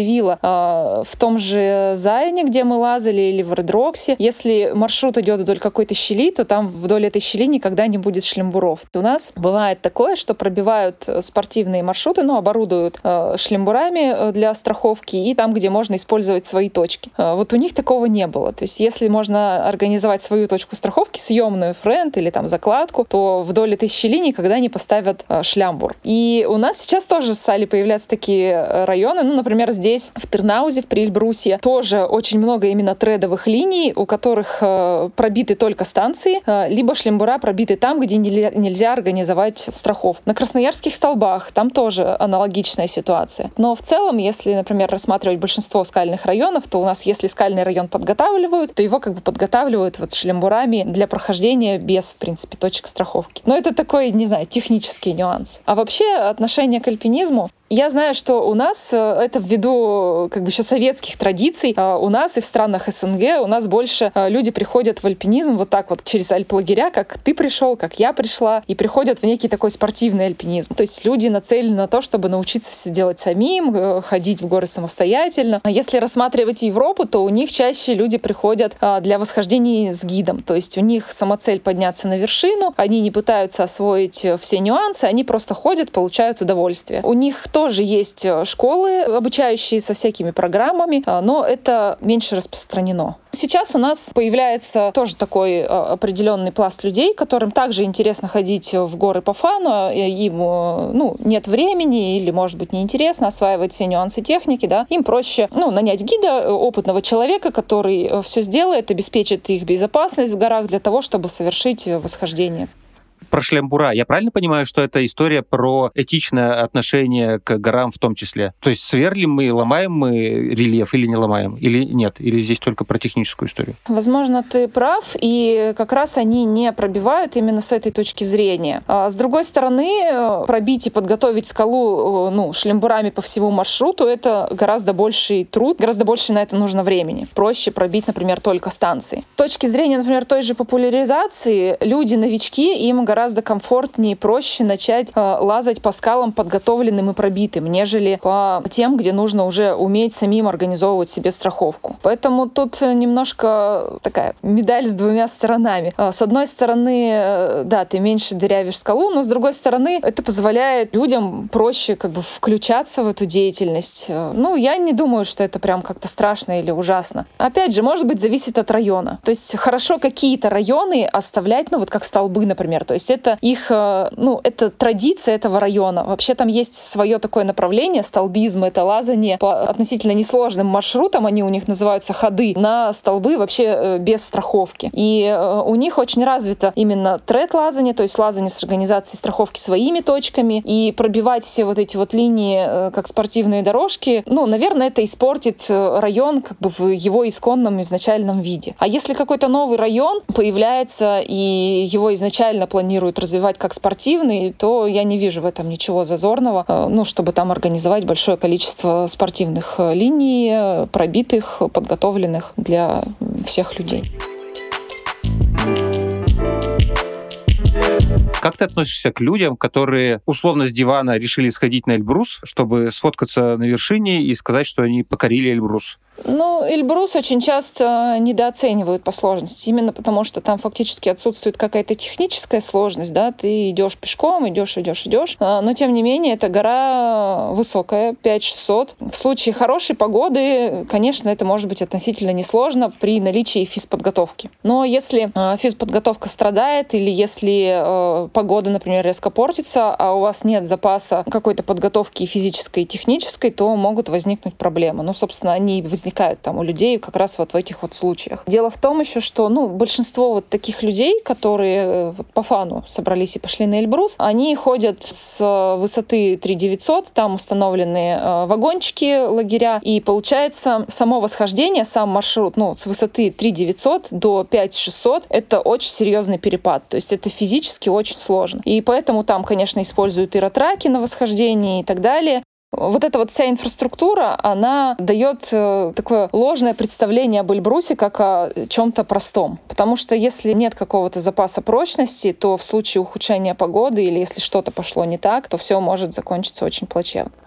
удивило. В том же Зайне, где мы лазали, или в Редроксе, если маршрут идет вдоль какой-то щели, то там вдоль этой щели никогда не будет шлембуров. У нас бывает такое, что пробивают спортивные маршруты, оборудуют шлембурами для страховки, и там, где можно использовать свои точки. Вот у них такого не было. То есть если можно организовать свою точку страховки, съемную френд или там закладку, то вдоль этой щели никогда не поставят шлямбур. И у нас сейчас тоже стали появляться такие районы. Например, здесь, в Тырнаузе, в Прильбрусье, тоже очень много именно тредовых линий, у которых пробиты только станции, либо шлембура пробиты там, где нельзя организовать страховку. На Красноярских столбах там тоже аналогичная ситуация. Но в целом, если, например, рассматривать большинство скальных районов, то у нас, если скальный район подготавливают, то его подготавливают шлембурами для прохождения без, в принципе, точек страховки. Но это такой, не знаю, технический нюанс. А вообще отношение к альпинизму, я знаю, что у нас это ввиду еще советских традиций. У нас и в странах СНГ у нас больше люди приходят в альпинизм вот так вот через альплагеря, как ты пришел, как я пришла, и приходят в некий такой спортивный альпинизм. То есть люди нацелены на то, чтобы научиться все делать самим, ходить в горы самостоятельно. А если рассматривать Европу, то у них чаще люди приходят для восхождений с гидом. То есть у них самоцель подняться на вершину, они не пытаются освоить все нюансы, они просто ходят, получают удовольствие. У них тоже есть школы, обучающие со всякими программами, но это меньше распространено. Сейчас у нас появляется тоже такой определенный пласт людей, которым также интересно ходить в горы по фану, им нет времени или, может быть, неинтересно осваивать все нюансы техники, да, им проще нанять гида, опытного человека, который все сделает, обеспечит их безопасность в горах для того, чтобы совершить восхождение. Про шлембура. Я правильно понимаю, что это история про этичное отношение к горам в том числе? То есть сверлим мы, ломаем мы рельеф или не ломаем? Или нет? Или здесь только про техническую историю? Возможно, ты прав, и как раз они не пробивают именно с этой точки зрения. А с другой стороны, пробить и подготовить скалу шлембурами по всему маршруту — это гораздо больший труд, гораздо больше на это нужно времени. Проще пробить, например, только станции. С точки зрения, например, той же популяризации, люди-новички, им гораздо комфортнее и проще начать лазать по скалам подготовленным и пробитым, нежели по тем, где нужно уже уметь самим организовывать себе страховку. Поэтому тут немножко такая медаль с двумя сторонами. С одной стороны, да, ты меньше дырявишь скалу, но с другой стороны, это позволяет людям проще включаться в эту деятельность. Я не думаю, что это прям как-то страшно или ужасно. Опять же, может быть, зависит от района. То есть хорошо какие-то районы оставлять, как столбы, например. То есть это их, это традиция этого района. Вообще там есть свое такое направление, столбизм, это лазание по относительно несложным маршрутам, они у них называются ходы, на столбы вообще без страховки. И у них очень развито именно тред-лазание, то есть лазание с организацией страховки своими точками, и пробивать все вот эти вот линии как спортивные дорожки, наверное, это испортит район в его исконном изначальном виде. А если какой-то новый район появляется, и его изначально планируют развивать как спортивный, то я не вижу в этом ничего зазорного, чтобы там организовать большое количество спортивных линий, пробитых, подготовленных для всех людей. Как ты относишься к людям, которые условно с дивана решили сходить на Эльбрус, чтобы сфоткаться на вершине и сказать, что они покорили Эльбрус? Эльбрус очень часто недооценивают по сложности, именно потому что там фактически отсутствует какая-то техническая сложность, да, ты идешь пешком, идешь, но тем не менее эта гора высокая, 5600. В случае хорошей погоды, конечно, это может быть относительно несложно при наличии физподготовки. Но если физподготовка страдает или если погода, например, резко портится, а у вас нет запаса какой-то подготовки физической и технической, то могут возникнуть проблемы. Собственно, они возникают там у людей как раз вот в этих вот случаях. Дело в том еще, что большинство вот таких людей, которые по фану собрались и пошли на Эльбрус, они ходят с высоты 3900, там установлены вагончики, лагеря, и получается само восхождение, сам маршрут, с высоты 3900 до 5600, это очень серьезный перепад, то есть это физически очень сложно. И поэтому там, конечно, используют иротраки на восхождении и так далее. Вот эта вот вся инфраструктура, она дает такое ложное представление об Эльбрусе как о чем-то простом. Потому что если нет какого-то запаса прочности, то в случае ухудшения погоды или если что-то пошло не так, то все может закончиться очень плачевно.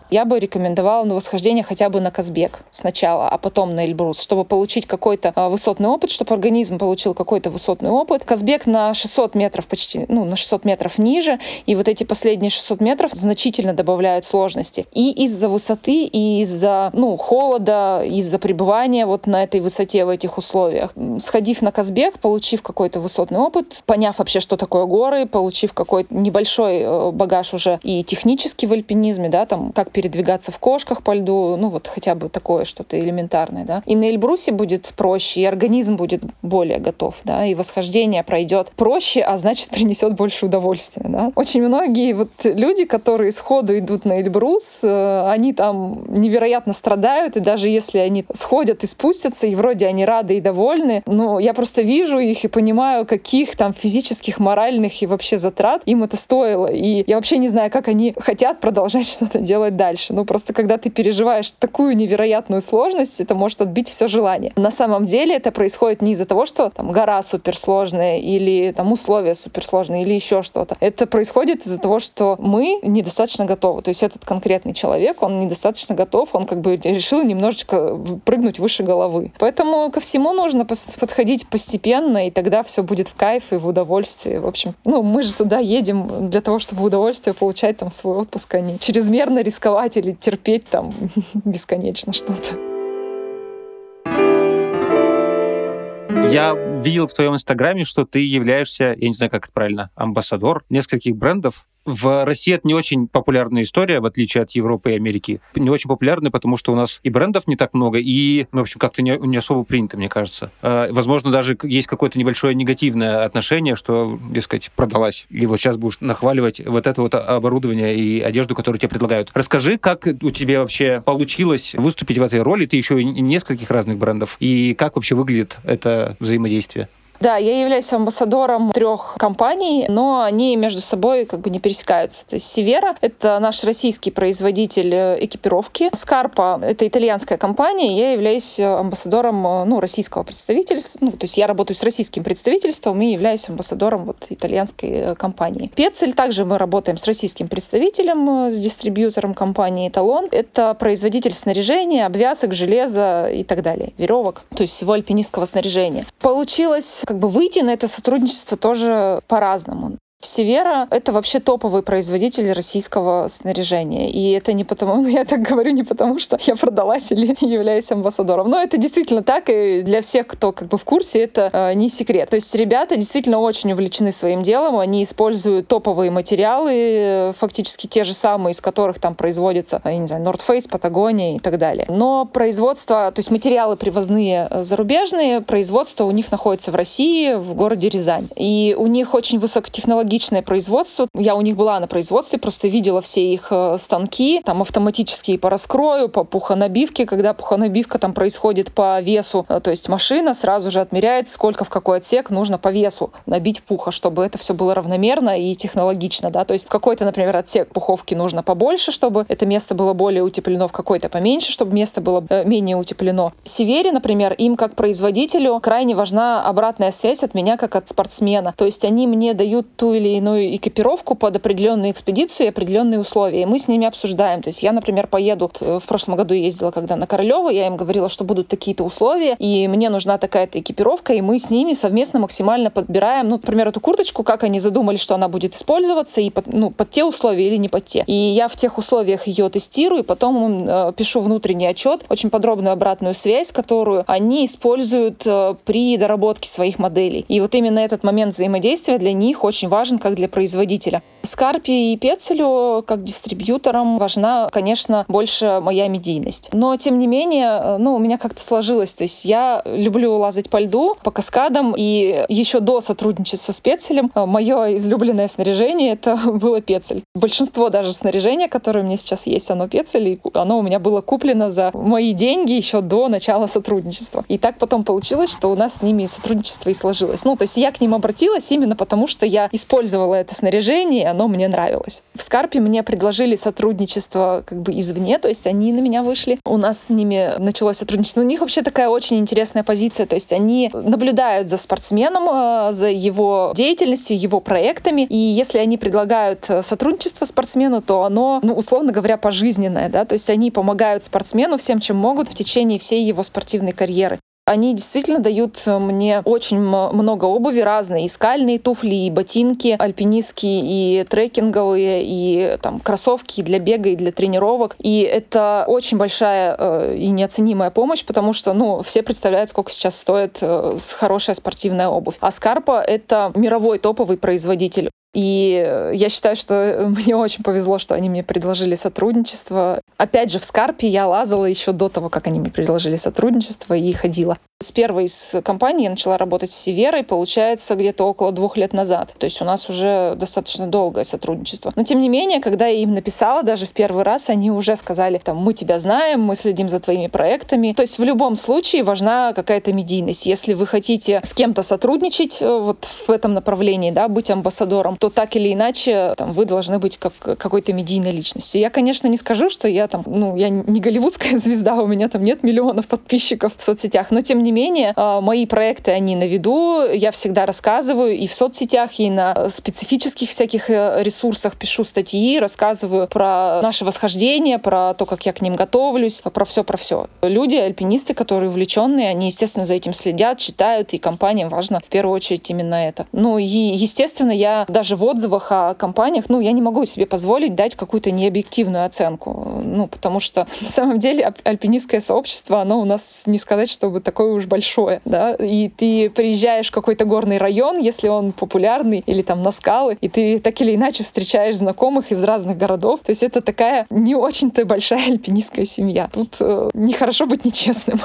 Я бы рекомендовала восхождение хотя бы на Казбек сначала, а потом на Эльбрус, чтобы получить какой-то высотный опыт, чтобы организм получил какой-то высотный опыт. Казбек на 600 метров почти, на 600 метров ниже, и вот эти последние 600 метров значительно добавляют сложности. И из-за высоты, и из-за холода, из-за пребывания вот на этой высоте в этих условиях. Сходив на Казбек, получив какой-то высотный опыт, поняв вообще, что такое горы, получив какой-то небольшой багаж уже и технически в альпинизме, да, там, как передвигаться в кошках по льду, вот хотя бы такое что-то элементарное, да. И на Эльбрусе будет проще, и организм будет более готов, да, и восхождение пройдет проще, а значит, принесет больше удовольствия, да. Очень многие вот люди, которые сходу идут на Эльбрус, они там невероятно страдают, и даже если они сходят и спустятся, и вроде они рады и довольны, я просто вижу их и понимаю, каких там физических, моральных и вообще затрат им это стоило. И я вообще не знаю, как они хотят продолжать что-то делать дальше. Просто когда ты переживаешь такую невероятную сложность, это может отбить все желание. На самом деле это происходит не из-за того, что там гора суперсложная или там условия суперсложные или еще что-то. Это происходит из-за того, что мы недостаточно готовы. То есть этот конкретный человек, он недостаточно готов, он как бы решил немножечко прыгнуть выше головы. Поэтому ко всему нужно подходить постепенно, и тогда все будет в кайф и в удовольствие. В общем, мы же туда едем для того, чтобы удовольствие получать там свой отпуск, а не чрезмерно рисковать или терпеть там бесконечно что-то. Я видел в твоем инстаграме, что ты являешься, я не знаю, как это правильно, амбассадор нескольких брендов. В России это не очень популярная история, в отличие от Европы и Америки. Не очень популярная, потому что у нас и брендов не так много, и, в общем, как-то не особо принято, мне кажется. Возможно, даже есть какое-то небольшое негативное отношение, что, дескать, продалась. Или вот сейчас будешь нахваливать вот это вот оборудование и одежду, которую тебе предлагают. Расскажи, как у тебя вообще получилось выступить в этой роли? Ты еще и нескольких разных брендов. И как вообще выглядит это взаимодействие? Да, я являюсь амбассадором 3 компаний, но они между собой как бы не пересекаются. То есть Севера — это наш российский производитель экипировки. Скарпа — это итальянская компания, я являюсь амбассадором российского представительства. То есть я работаю с российским представительством и являюсь амбассадором итальянской компании. Пецель — также мы работаем с российским представителем, с дистрибьютором компании «Эталон». Это производитель снаряжения, обвязок, железа и так далее, веревок, то есть всего альпинистского снаряжения. Получилось выйти на это сотрудничество тоже по-разному. Севера — это вообще топовый производитель российского снаряжения. И это не потому, я так говорю не потому, что я продалась или являюсь амбассадором. Но это действительно так, и для всех, кто в курсе, это не секрет. То есть ребята действительно очень увлечены своим делом, они используют топовые материалы, фактически те же самые, из которых там производятся, я не знаю, North Face, Патагония и так далее. Но производство, то есть материалы привозные зарубежные, производство у них находится в России, в городе Рязань. И у них очень высокотехнологичное производство. Я у них была на производстве, просто видела все их станки, там автоматические по раскрою, по пухонабивке, когда пухонабивка там происходит по весу, то есть машина сразу же отмеряет, сколько в какой отсек нужно по весу набить пуха, чтобы это все было равномерно и технологично, да, то есть в какой-то, например, отсек пуховки нужно побольше, чтобы это место было более утеплено, в какой-то поменьше, чтобы место было менее утеплено. Севере, например, им как производителю крайне важна обратная связь от меня как от спортсмена, то есть они мне дают ту или иную экипировку под определенную экспедицию и определенные условия. И мы с ними обсуждаем. То есть я, например, поеду, в прошлом году ездила когда на Королёва, я им говорила, что будут такие-то условия, и мне нужна такая-то экипировка, и мы с ними совместно максимально подбираем, например, эту курточку, как они задумали, что она будет использоваться, и под те условия или не под те. И я в тех условиях ее тестирую, и потом пишу внутренний отчет, очень подробную обратную связь, которую они используют при доработке своих моделей. И вот именно этот момент взаимодействия для них очень важен, как для производителя. Скарпе и Пецелю, как дистрибьюторам, важна, конечно, больше моя медийность. Но, тем не менее, у меня как-то сложилось. То есть я люблю лазать по льду, по каскадам, и еще до сотрудничества с Пецелем мое излюбленное снаряжение — это было Пецель. Большинство даже снаряжения, которое у меня сейчас есть, оно Пецель, и оно у меня было куплено за мои деньги еще до начала сотрудничества. И так потом получилось, что у нас с ними сотрудничество и сложилось. То есть я к ним обратилась именно потому, что я использую использовала это снаряжение, и оно мне нравилось. В Скарпе мне предложили сотрудничество как бы извне, то есть они на меня вышли. У нас с ними началось сотрудничество. У них вообще такая очень интересная позиция, то есть они наблюдают за спортсменом, за его деятельностью, его проектами, и если они предлагают сотрудничество спортсмену, то оно, условно говоря, пожизненное, да, то есть они помогают спортсмену всем, чем могут в течение всей его спортивной карьеры. Они действительно дают мне очень много обуви разной. И скальные туфли, и ботинки альпинистские, и трекинговые, и там кроссовки и для бега, и для тренировок. И это очень большая и неоценимая помощь, потому что, все представляют, сколько сейчас стоит хорошая спортивная обувь. А Scarpa — это мировой топовый производитель. И я считаю, что мне очень повезло, что они мне предложили сотрудничество. Опять же, в Скарпе я лазала еще до того, как они мне предложили сотрудничество, и ходила. С первой из компаний я начала работать с Северой, получается, где-то около 2 лет назад. То есть у нас уже достаточно долгое сотрудничество. Но тем не менее, когда я им написала, даже в первый раз, они уже сказали, мы тебя знаем, мы следим за твоими проектами. То есть в любом случае важна какая-то медийность. Если вы хотите с кем-то сотрудничать вот в этом направлении, да, быть амбассадором, то так или иначе вы должны быть как какой-то медийной личностью. Я, конечно, не скажу, что я я не голливудская звезда, у меня нет миллионов подписчиков в соцсетях, но тем не менее, мои проекты, они на виду, я всегда рассказываю и в соцсетях, и на специфических всяких ресурсах пишу статьи, рассказываю про наше восхождение, про то, как я к ним готовлюсь, про все. Люди, альпинисты, которые увлеченные, они, естественно, за этим следят, читают, и компаниям важно в первую очередь именно это. И, естественно, я даже в отзывах о компаниях, я не могу себе позволить дать какую-то необъективную оценку, потому что на самом деле альпинистское сообщество, оно у нас не сказать, чтобы такое уж большое, да, и ты приезжаешь в какой-то горный район, если он популярный, или на скалы, и ты так или иначе встречаешь знакомых из разных городов, то есть это такая не очень-то большая альпинистская семья. Тут нехорошо быть нечестным.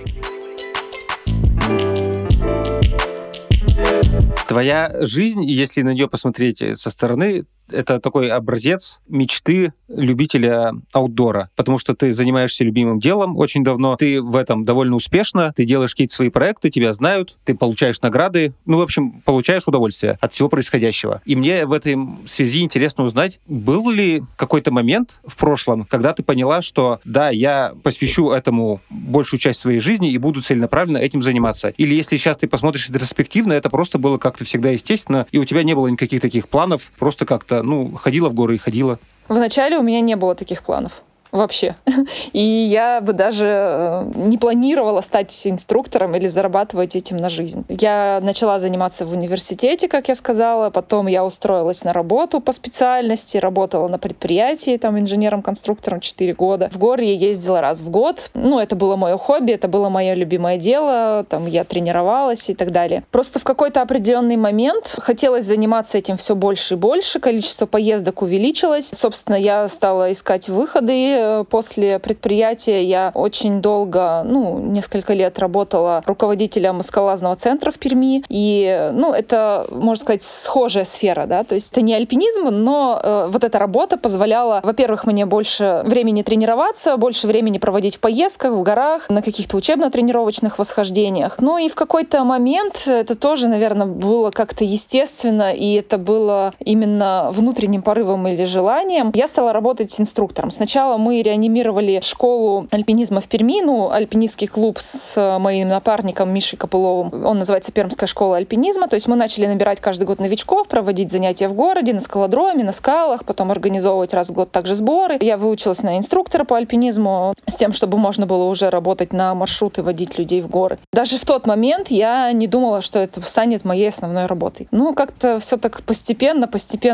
Твоя жизнь, если на нее посмотреть со стороны, это такой образец мечты любителя аутдора, потому что ты занимаешься любимым делом очень давно, ты в этом довольно успешно, ты делаешь какие-то свои проекты, тебя знают, ты получаешь награды, в общем, получаешь удовольствие от всего происходящего. И мне в этой связи интересно узнать, был ли какой-то момент в прошлом, когда ты поняла, что да, я посвящу этому большую часть своей жизни и буду целенаправленно этим заниматься. Или если сейчас ты посмотришь ретроспективно, это просто было как-то всегда естественно, и у тебя не было никаких таких планов, просто как-то ходила в горы и ходила. Вначале у меня не было таких планов. Вообще. И я бы даже не планировала стать инструктором или зарабатывать этим на жизнь. Я начала заниматься в университете, как я сказала, потом я устроилась на работу по специальности, работала на предприятии, инженером-конструктором 4 года. В горы я ездила раз в год. Это было мое хобби, это было мое любимое дело, я тренировалась и так далее. Просто в какой-то определенный момент хотелось заниматься этим все больше и больше, количество поездок увеличилось. Собственно, я стала искать выходы. После предприятия я очень долго, несколько лет работала руководителем скалолазного центра в Перми. И, это, можно сказать, схожая сфера, да, то есть это не альпинизм, но вот эта работа позволяла, во-первых, мне больше времени тренироваться, больше времени проводить в поездках, в горах, на каких-то учебно-тренировочных восхождениях. И в какой-то момент это тоже, наверное, было как-то естественно, и это было именно внутренним порывом или желанием. Я стала работать инструктором. Сначала мы реанимировали школу альпинизма в Перми, альпинистский клуб с моим напарником Мишей Копыловым. Он называется Пермская школа альпинизма. То есть мы начали набирать каждый год новичков, проводить занятия в городе, на скалодроме, на скалах, потом организовывать раз в год также сборы. Я выучилась на инструктора по альпинизму с тем, чтобы можно было уже работать на маршруты, водить людей в горы. Даже в тот момент я не думала, что это станет моей основной работой. Как-то все так постепенно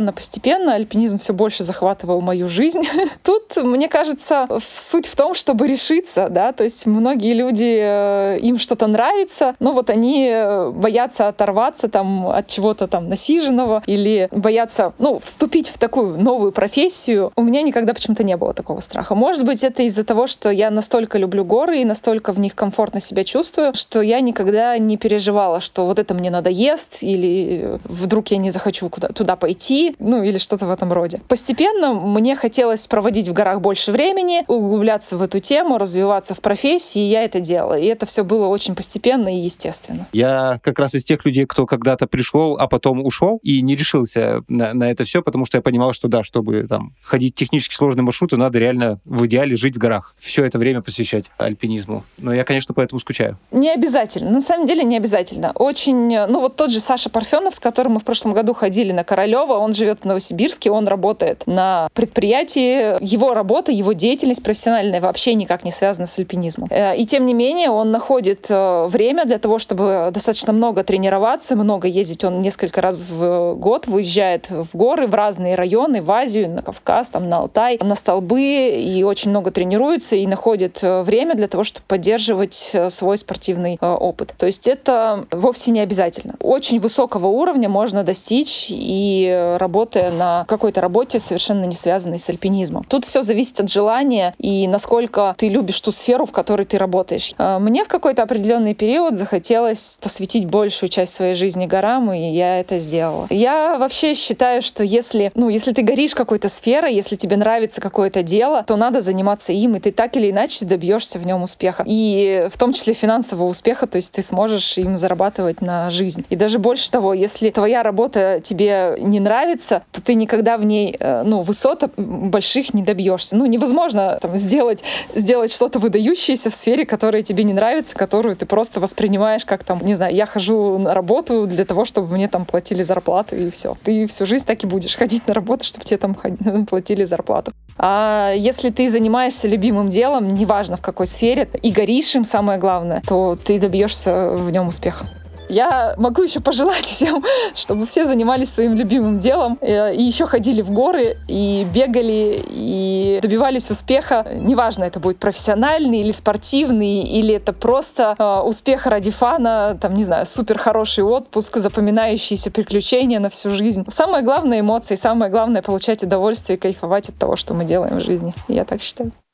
альпинизм все больше захватывал мою жизнь. Тут, мне кажется, суть в том, чтобы решиться, да, то есть многие люди, им что-то нравится, но вот они боятся оторваться от чего-то насиженного или боятся, вступить в такую новую профессию. У меня никогда почему-то не было такого страха. Может быть, это из-за того, что я настолько люблю горы и настолько в них комфортно себя чувствую, что я никогда не переживала, что вот это мне надоест или вдруг я не захочу туда пойти, или что-то в этом роде. Постепенно мне хотелось проводить в горах больше больше времени, углубляться в эту тему, развиваться в профессии, и я это делала. И это все было очень постепенно и естественно. Я как раз из тех людей, кто когда-то пришел, а потом ушел и не решился на это все, потому что я понимал, что да, чтобы там ходить технически сложные маршруты, надо реально в идеале жить в горах. Все это время посвящать альпинизму. Но я, конечно, поэтому скучаю. Не обязательно. На самом деле не обязательно. Очень... Ну вот тот же Саша Парфенов, с которым мы в прошлом году ходили на Королева, он живет в Новосибирске, он работает на предприятии. Его работа, его деятельность профессиональная вообще никак не связана с альпинизмом. И тем не менее он находит время для того, чтобы достаточно много тренироваться, много ездить. Он несколько раз в год выезжает в горы, в разные районы, в Азию, на Кавказ, там, на Алтай, на столбы, и очень много тренируется и находит время для того, чтобы поддерживать свой спортивный опыт. То есть это вовсе не обязательно. Очень высокого уровня можно достичь и работая на какой-то работе, совершенно не связанной с альпинизмом. Тут все зависит от желания и насколько ты любишь ту сферу, в которой ты работаешь. Мне в какой-то определенный период захотелось посвятить большую часть своей жизни горам, и я это сделала. Я вообще считаю, что если ты горишь какой-то сферой, если тебе нравится какое-то дело, то надо заниматься им, и ты так или иначе добьешься в нем успеха. И в том числе финансового успеха, то есть ты сможешь им зарабатывать на жизнь. И даже больше того, если твоя работа тебе не нравится, то ты никогда в ней высот больших не добьешься. Невозможно там, сделать что-то выдающееся в сфере, которая тебе не нравится, которую ты просто воспринимаешь как там, не знаю, я хожу на работу для того, чтобы мне там платили зарплату, и все. Ты всю жизнь так и будешь ходить на работу, чтобы тебе там платили зарплату. А если ты занимаешься любимым делом, неважно в какой сфере, и горишь им, самое главное, то ты добьешься в нем успеха. Я могу еще пожелать всем, чтобы все занимались своим любимым делом и еще ходили в горы, и бегали, и добивались успеха. Неважно, это будет профессиональный или спортивный, или это просто успех ради фана, там, не знаю, супер хороший отпуск, запоминающиеся приключения на всю жизнь. Самое главное — эмоции, самое главное — получать удовольствие и кайфовать от того, что мы делаем в жизни. Я так считаю.